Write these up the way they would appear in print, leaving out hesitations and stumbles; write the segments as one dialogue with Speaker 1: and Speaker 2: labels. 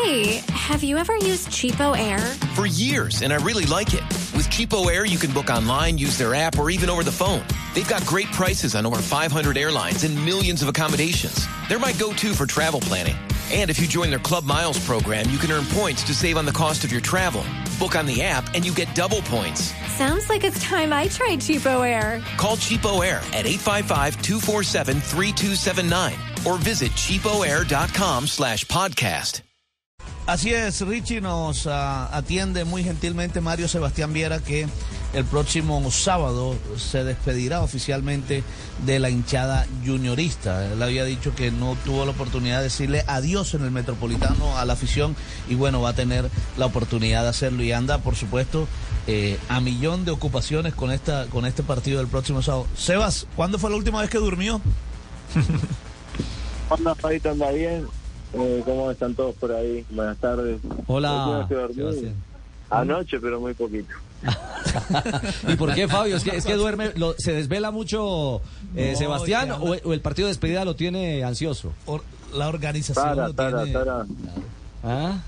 Speaker 1: Hey, have you ever used Cheapo Air?
Speaker 2: For years, and I really like it. With Cheapo Air, you can book online, use their app, or even over the phone. They've got great prices on over 500 airlines and millions of accommodations. They're my go-to for travel planning. And if you join their Club Miles program, you can earn points to save on the cost of your travel. Book on the app, and you get double points.
Speaker 1: Sounds like it's time I tried Cheapo Air.
Speaker 2: Call Cheapo Air at 855-247-3279 or visit cheapoair.com/podcast.
Speaker 3: Así es, Richie, nos atiende muy gentilmente Mario Sebastián Viera, que el próximo sábado se despedirá oficialmente de la hinchada juniorista. Él había dicho que no tuvo la oportunidad de decirle adiós en el Metropolitano a la afición y bueno, va a tener la oportunidad de hacerlo y anda, por supuesto, a millón de ocupaciones con este partido del próximo sábado. Sebas, ¿cuándo fue la última vez que durmió?
Speaker 4: Hola, Fabito, ¿anda bien? ¿Cómo están todos por ahí? Buenas tardes.
Speaker 5: Hola,
Speaker 4: Sebastián. Anoche, pero muy poquito.
Speaker 5: ¿Y por qué, Fabio? ¿Es que duerme, se desvela mucho Sebastián o el partido de despedida lo tiene ansioso?
Speaker 3: La organización lo tiene...
Speaker 5: ¿Ah?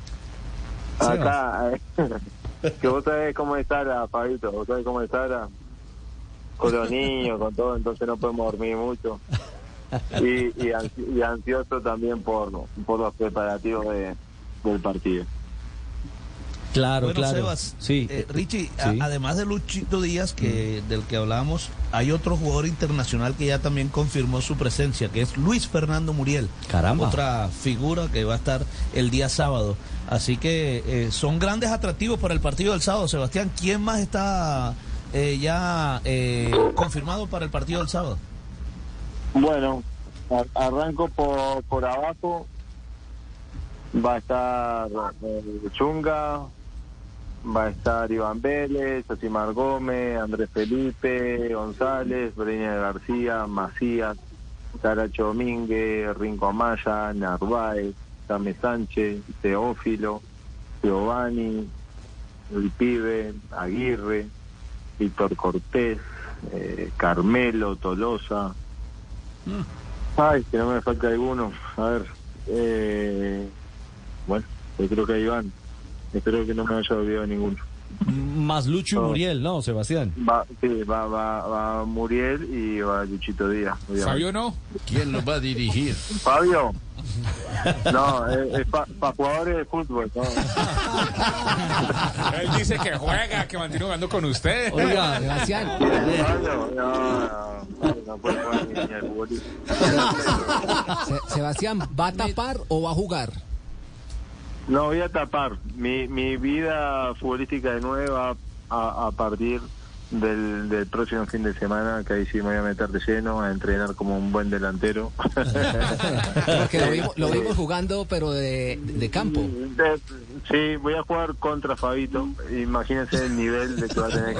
Speaker 4: Acá, que vos sabés cómo es Sara, Fabito, vos sabés cómo es Sara, con los niños, con todo, entonces no podemos dormir mucho. Y ansioso también por los preparativos del partido.
Speaker 5: Claro,
Speaker 3: bueno,
Speaker 5: claro.
Speaker 3: Sebas,
Speaker 5: sí.
Speaker 3: Richie,
Speaker 5: sí.
Speaker 3: Además de Luchito Díaz, del que hablamos, hay otro jugador internacional que ya también confirmó su presencia, que es Luis Fernando Muriel.
Speaker 5: Caramba.
Speaker 3: Otra figura que va a estar el día sábado. Así que son grandes atractivos para el partido del sábado. Sebastián, ¿quién más está ya confirmado para el partido del sábado?
Speaker 4: Bueno, arranco por abajo. Va a estar Chunga, va a estar Iván Vélez, Osimar Gómez, Andrés Felipe, González, Breña García, Macías, Saracho Domínguez, Rinco Amaya, Narváez, Tame Sánchez, Teófilo, Giovanni, el Pibe, Aguirre, Víctor Cortés, Carmelo, Tolosa. Ay, que no me falta alguno. A ver, bueno, yo creo que ahí van. Espero que no me haya olvidado ninguno.
Speaker 5: Más Lucho y Muriel, ¿no, Sebastián?
Speaker 4: Va Muriel y va Luchito Díaz. Obviamente.
Speaker 6: ¿Fabio no? ¿Quién los va a dirigir?
Speaker 4: ¿Fabio? No, es para jugadores de fútbol, ¿no?
Speaker 6: Él dice que juega, que mantiene jugando con usted.
Speaker 5: Oiga, Sebastián.
Speaker 4: Fabio, no puede jugar ni al futbolista.
Speaker 7: Sebastián, ¿va a tapar o va a jugar?
Speaker 4: No, voy a tapar. Mi vida futbolística de nuevo va a partir del próximo fin de semana, que ahí sí me voy a meter de lleno a entrenar como un buen delantero.
Speaker 7: Porque lo vimos jugando, pero de campo.
Speaker 4: Sí, voy a jugar contra Fabito. Imagínense el nivel de que va a tener el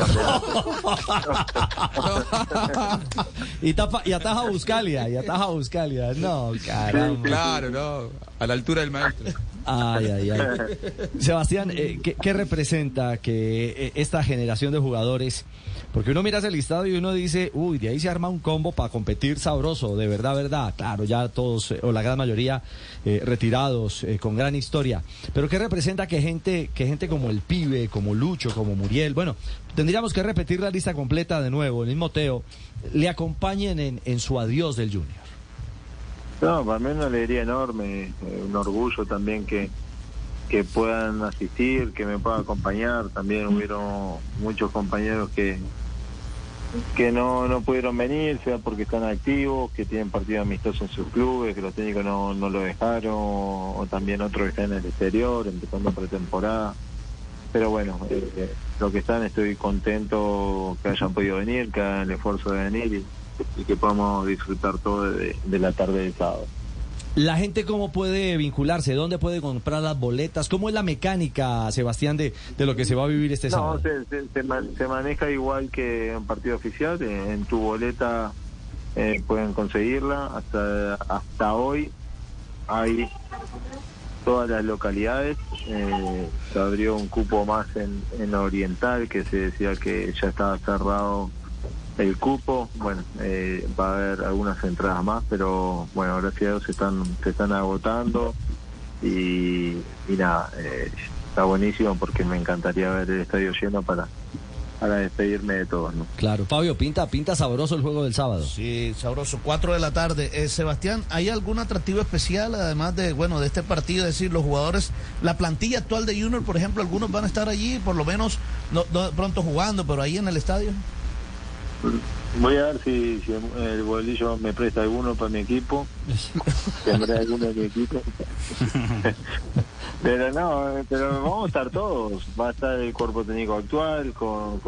Speaker 4: campeonato.
Speaker 5: y ataja a Buscalia. No, caramba.
Speaker 6: Sí, claro, no. A la altura del maestro.
Speaker 5: Ay. Sebastián, ¿qué representa que esta generación de jugadores? Porque uno mira ese listado y uno dice, uy, de ahí se arma un combo para competir sabroso, de verdad. Claro, ya todos, o la gran mayoría, retirados, con gran historia. Pero ¿qué representa que gente como el Pibe, como Lucho, como Muriel, bueno, tendríamos que repetir la lista completa de nuevo, el mismo Teo, le acompañen en su adiós del Junior?
Speaker 4: No, para mí una alegría enorme, un orgullo también que puedan asistir, que me puedan acompañar. También hubieron muchos compañeros que no pudieron venir, sea porque están activos, que tienen partidos amistosos en sus clubes, que los técnicos no lo dejaron, o también otros que están en el exterior, empezando pretemporada. Pero bueno, lo que están, estoy contento que hayan podido venir, que hagan el esfuerzo de venir y que podamos disfrutar todo de la tarde del sábado.
Speaker 5: ¿La gente cómo puede vincularse? ¿Dónde puede comprar las boletas? ¿Cómo es la mecánica, Sebastián, de lo que se va a vivir este sábado?
Speaker 4: Se maneja igual que en partido oficial. En tu boleta pueden conseguirla. Hasta hoy hay todas las localidades. Se abrió un cupo más en Oriental, que se decía que ya estaba cerrado el cupo. Bueno, va a haber algunas entradas más, pero bueno, gracias a Dios se están agotando y nada, está buenísimo porque me encantaría ver el estadio lleno para despedirme de todos, ¿no?
Speaker 5: Claro. Fabio, pinta sabroso el juego del sábado.
Speaker 3: Sí, sabroso. 4 de la tarde. Sebastián, ¿hay algún atractivo especial además de este partido? Es decir, los jugadores, la plantilla actual de Junior, por ejemplo, algunos van a estar allí, por lo menos no pronto jugando, pero ahí en el estadio.
Speaker 4: Voy a ver si el bolillo me presta alguno para mi equipo. Tendré alguno de mi equipo. Pero vamos a estar todos. Va a estar el cuerpo técnico actual con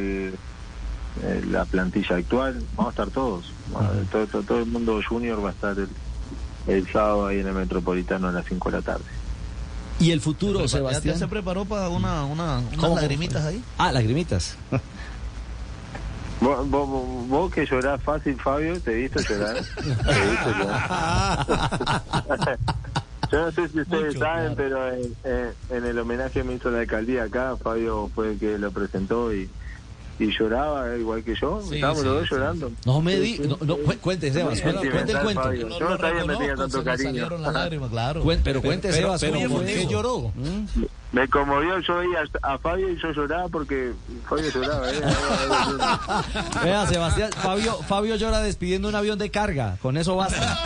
Speaker 4: la plantilla actual. Vamos a estar todos. Todo el mundo junior va a estar el sábado ahí en el Metropolitano a las 5 de la tarde.
Speaker 5: ¿Y el futuro, Sebastián?
Speaker 3: ¿Ya se preparó para unas lagrimitas ahí?
Speaker 5: Ah, lagrimitas.
Speaker 4: Vos que llorás fácil, Fabio, te he visto llorar. Yo no sé si ustedes saben, pero en el homenaje que me hizo la alcaldía acá, Fabio fue el que lo presentó y lloraba igual que yo.
Speaker 3: Sí,
Speaker 4: estábamos los dos
Speaker 3: sí.
Speaker 4: llorando.
Speaker 5: No me cuente, Sebas, cuente el cuento.
Speaker 4: Fabio. Yo no sabía que me tenía tanto cariño.
Speaker 3: Claro.
Speaker 5: Pero cuente, Sebas,
Speaker 3: pero
Speaker 5: ¿cómo
Speaker 3: ¿por
Speaker 5: fue
Speaker 3: qué
Speaker 5: eso?
Speaker 3: lloró?
Speaker 4: Me conmovió, yo veía a Fabio y yo lloraba porque Fabio lloraba.
Speaker 5: Vea, Sebastián, Fabio llora despidiendo un avión de carga, con eso basta.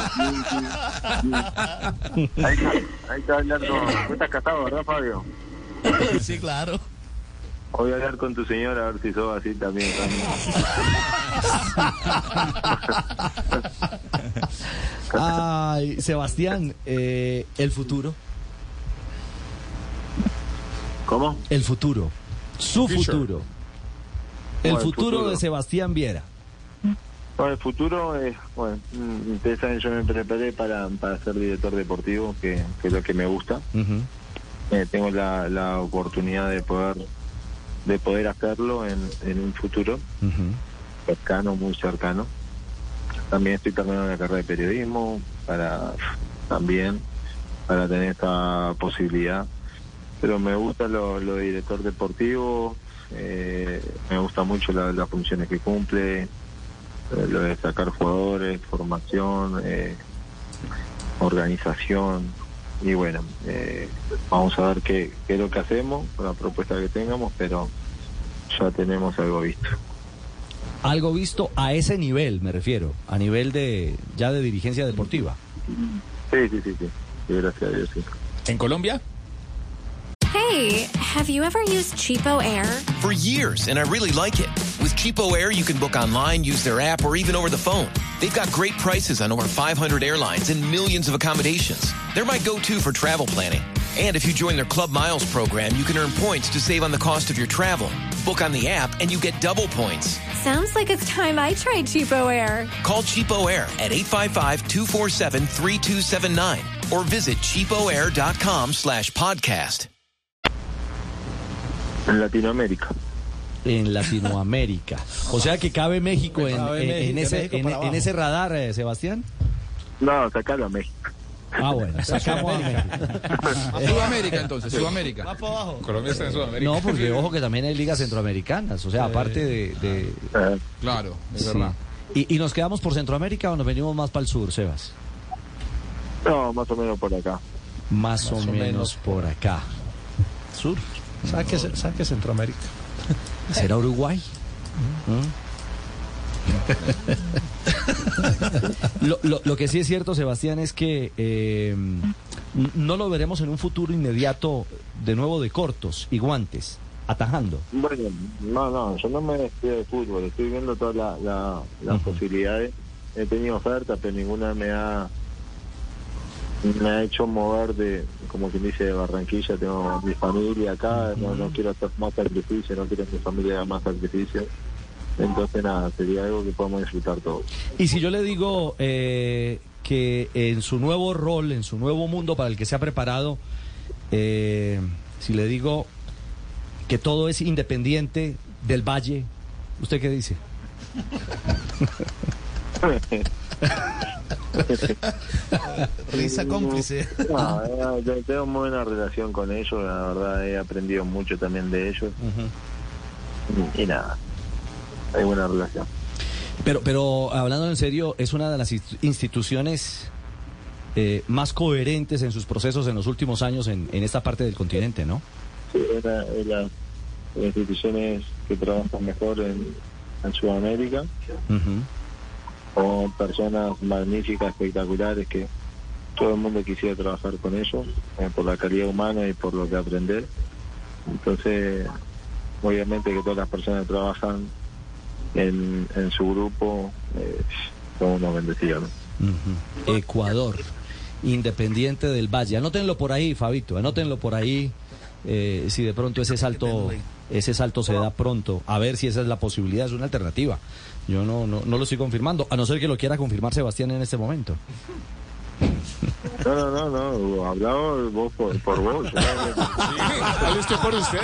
Speaker 4: Hay que hablar con... Vos estás casado, ¿verdad, Fabio?
Speaker 3: Sí, claro.
Speaker 4: Voy a hablar con tu señora a ver si sos así también.
Speaker 5: Ay, Sebastián, el futuro.
Speaker 4: ¿Cómo?
Speaker 5: El futuro. Su futuro. El
Speaker 4: Bueno,
Speaker 5: futuro de Sebastián Viera.
Speaker 4: Bueno, el futuro es, ustedes saben, yo me preparé para ser director deportivo, que es lo que me gusta.
Speaker 5: Uh-huh.
Speaker 4: Tengo la oportunidad de poder hacerlo en un futuro cercano, muy cercano. También estoy terminando la carrera de periodismo para tener esta posibilidad. Pero me gusta lo de director deportivo, me gusta mucho las funciones que cumple, lo de sacar jugadores, formación, organización, y bueno, vamos a ver qué es lo que hacemos, con la propuesta que tengamos, pero ya tenemos algo visto.
Speaker 5: Algo visto a ese nivel, me refiero, a nivel de dirigencia deportiva.
Speaker 4: Sí, gracias a Dios, sí.
Speaker 6: ¿En Colombia?
Speaker 1: Hey, have you ever used Cheapo Air?
Speaker 2: For years, and I really like it. With Cheapo Air, you can book online, use their app, or even over the phone. They've got great prices on over 500 airlines and millions of accommodations. They're my go-to for travel planning. And if you join their Club Miles program, you can earn points to save on the cost of your travel. Book on the app, and you get double points.
Speaker 1: Sounds like it's time I tried Cheapo Air.
Speaker 2: Call Cheapo Air at 855-247-3279 or visit cheapoair.com/podcast.
Speaker 4: En Latinoamérica.
Speaker 5: En Latinoamérica. O sea que cabe México en ese radar, Sebastián.
Speaker 4: No, sacarlo a México.
Speaker 5: Ah, bueno, sacamos a México.
Speaker 6: Sudamérica, entonces, Sudamérica.
Speaker 3: Más para abajo.
Speaker 6: Colombia está en Sudamérica.
Speaker 5: No, porque ojo que también hay ligas centroamericanas, o sea, aparte de
Speaker 6: Claro, es
Speaker 5: sí.
Speaker 6: verdad.
Speaker 5: ¿Y nos quedamos por Centroamérica o nos venimos más para el sur, Sebas?
Speaker 4: No, más o menos por acá.
Speaker 5: Más o menos por acá.
Speaker 3: Sur.
Speaker 8: Saque Centroamérica.
Speaker 5: ¿Será Uruguay? Lo que sí es cierto, Sebastián, es que no lo veremos en un futuro inmediato de nuevo de cortos y guantes, atajando.
Speaker 4: Bueno, no, yo no me despido de fútbol, estoy viendo todas las posibilidades. He tenido ofertas, pero ninguna me ha hecho mover como quien dice, de Barranquilla. Tengo mi familia acá, no quiero hacer más sacrificio, no quiero que mi familia haga más sacrificio. Entonces nada, sería algo que podamos disfrutar todos.
Speaker 5: Y si yo le digo que en su nuevo rol, en su nuevo mundo para el que se ha preparado, si le digo que todo es independiente del Valle, ¿usted qué dice?
Speaker 3: Risa cómplice.
Speaker 4: No, tengo muy buena relación con ellos, la verdad he aprendido mucho también de ellos. Y nada, hay buena relación.
Speaker 5: Pero hablando en serio, es una de las instituciones más coherentes en sus procesos en los últimos años en esta parte del continente, ¿no?
Speaker 4: Sí, es de las instituciones que trabajan mejor en Sudamérica, con personas magníficas, espectaculares, que todo el mundo quisiera trabajar con ellos, por la calidad humana y por lo que aprender. Entonces, obviamente que todas las personas que trabajan en su grupo son unos bendecidos, ¿no?
Speaker 5: Ecuador, Independiente del Valle. Anótenlo por ahí, Fabito, anótenlo por ahí. Si de pronto ese salto se da pronto, a ver si esa es la posibilidad, es una alternativa. Yo no lo estoy confirmando, a no ser que lo quiera confirmar Sebastián en este momento.
Speaker 4: No, hablaba vos por vos.
Speaker 6: Hable usted por usted.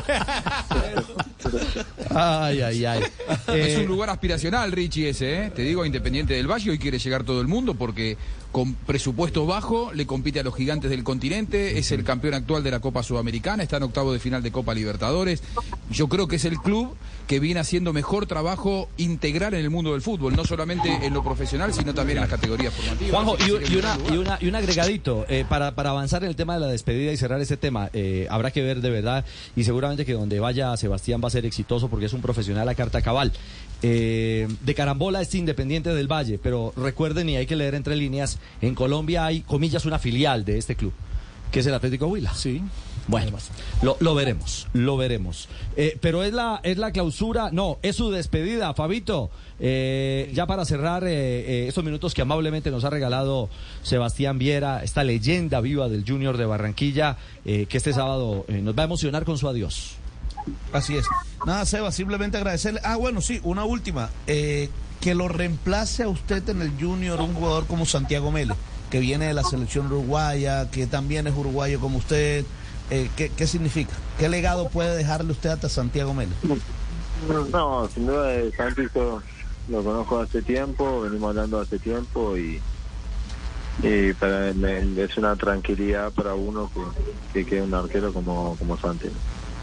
Speaker 5: Ay.
Speaker 6: Es un lugar aspiracional, Richie, ese, ¿eh? Te digo, Independiente del Valle, hoy quiere llegar todo el mundo porque con presupuesto bajo le compite a los gigantes del continente, es el campeón actual de la Copa Sudamericana, está en octavo de final de Copa Libertadores. Yo creo que es el club que viene haciendo mejor trabajo integral en el mundo del fútbol, no solamente en lo profesional, sino también en las categorías formativas.
Speaker 5: Juanjo, y un agregadito, para avanzar en el tema de la despedida y cerrar ese tema, habrá que ver de verdad, y seguramente que donde vaya Sebastián va a ser exitoso porque es un profesional a carta cabal. De carambola es Independiente del Valle, pero recuerden, y hay que leer entre líneas, en Colombia hay, comillas, una filial de este club, que es el Atlético Huila.
Speaker 8: Sí.
Speaker 5: Bueno, lo veremos. Pero es la clausura, no, es su despedida, Fabito. Ya para cerrar estos minutos que amablemente nos ha regalado Sebastián Viera, esta leyenda viva del Junior de Barranquilla, que este sábado nos va a emocionar con su adiós.
Speaker 3: Así es. Nada, Seba, simplemente agradecerle. Bueno, sí, una última. Que lo reemplace a usted en el Junior un jugador como Santiago Mele, que viene de la selección uruguaya, que también es uruguayo como usted. ¿Qué significa? ¿Qué legado puede dejarle usted hasta Santiago Mele?
Speaker 4: No, sin duda de Santiago lo conozco hace tiempo, venimos hablando hace tiempo y para él es una tranquilidad para uno que quede un arquero como Santi.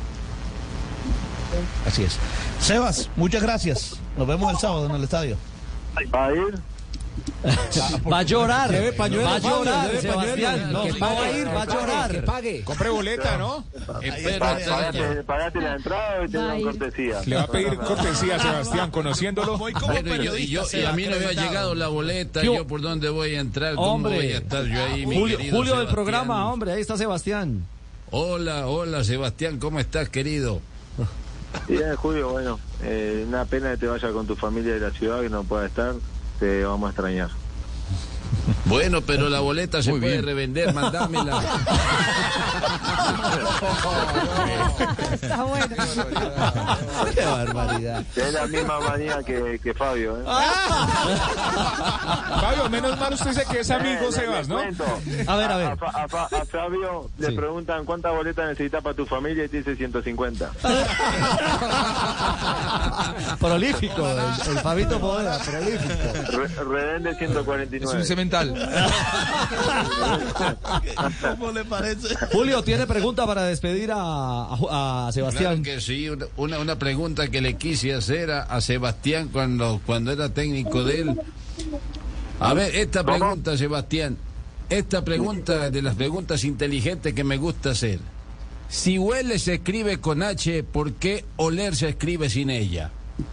Speaker 3: Así es. Sebas, muchas gracias. Nos vemos el sábado en el estadio.
Speaker 4: ¿Va a ir?
Speaker 5: Va a llorar.
Speaker 7: Va
Speaker 5: a llorar, Sebastián. No va a ir, va a llorar.
Speaker 7: Que pague.
Speaker 6: Compre boleta, ¿no?
Speaker 4: Pagate la entrada y te dan cortesía.
Speaker 6: Le va a pedir cortesía a Sebastián, conociéndolo.
Speaker 9: Y a mí no me ha llegado la boleta. ¿Yo por dónde voy a entrar? ¿Cómo voy a estar yo ahí, mi querido
Speaker 5: Julio del
Speaker 9: Sebastián?
Speaker 5: programa, hombre, ahí está Sebastián.
Speaker 9: Hola, Sebastián, ¿cómo estás, querido?
Speaker 4: Bien, Julio, bueno, una pena que te vayas con tu familia de la ciudad, que no pueda estar, te vamos a extrañar.
Speaker 9: Bueno, pero la boleta se puede revender, mandámela.
Speaker 1: Está bueno.
Speaker 5: Qué barbaridad.
Speaker 4: Es la misma manía que Fabio, ¿eh?
Speaker 6: Fabio, menos mal usted dice que es amigo Sebas, ¿no?
Speaker 5: A ver.
Speaker 4: A Fabio le preguntan cuántas boletas necesitas para tu familia y te dice 150.
Speaker 5: Prolífico, el Fabito Podera, prolífico.
Speaker 4: Revende 149.
Speaker 6: Es un cemental.
Speaker 3: ¿Cómo le parece?
Speaker 5: Julio, ¿tiene pregunta para despedir a Sebastián?
Speaker 9: Claro que sí, una pregunta que le quise hacer a Sebastián cuando era técnico de él. A ver, esta pregunta, Sebastián, esta pregunta de las preguntas inteligentes que me gusta hacer. Si huele se escribe con H, ¿por qué oler se escribe sin ella?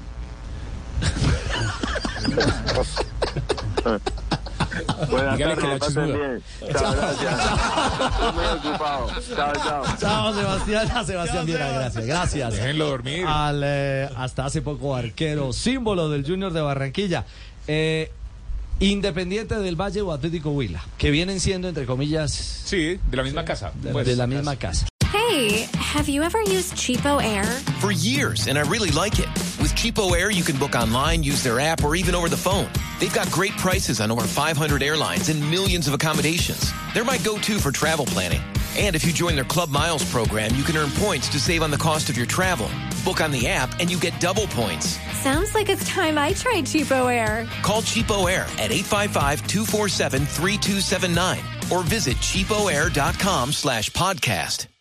Speaker 4: Buenas
Speaker 6: Dígale que la
Speaker 4: tardes, pasen
Speaker 6: chismuda.
Speaker 4: bien. Chao, gracias. Estoy muy ocupado. Chao.
Speaker 5: Chao, Sebastián. A Sebastián Viera, gracias.
Speaker 6: Déjenlo dormir.
Speaker 5: Al hasta hace poco arquero, símbolo del Junior de Barranquilla. Independiente del Valle o Atlético Huila, que vienen siendo, entre comillas,
Speaker 6: Sí, de la misma casa.
Speaker 5: de la misma casa.
Speaker 1: Hey, have you ever used Cheapo Air?
Speaker 2: For years, and I really like it. With Cheapo Air, you can book online, use their app, or even over the phone. They've got great prices on over 500 airlines and millions of accommodations. They're my go-to for travel planning. And if you join their Club Miles program, you can earn points to save on the cost of your travel. Book on the app, and you get double points.
Speaker 1: Sounds like it's time I tried Cheapo Air.
Speaker 2: Call Cheapo Air at 855-247-3279 or visit cheapoair.com/podcast.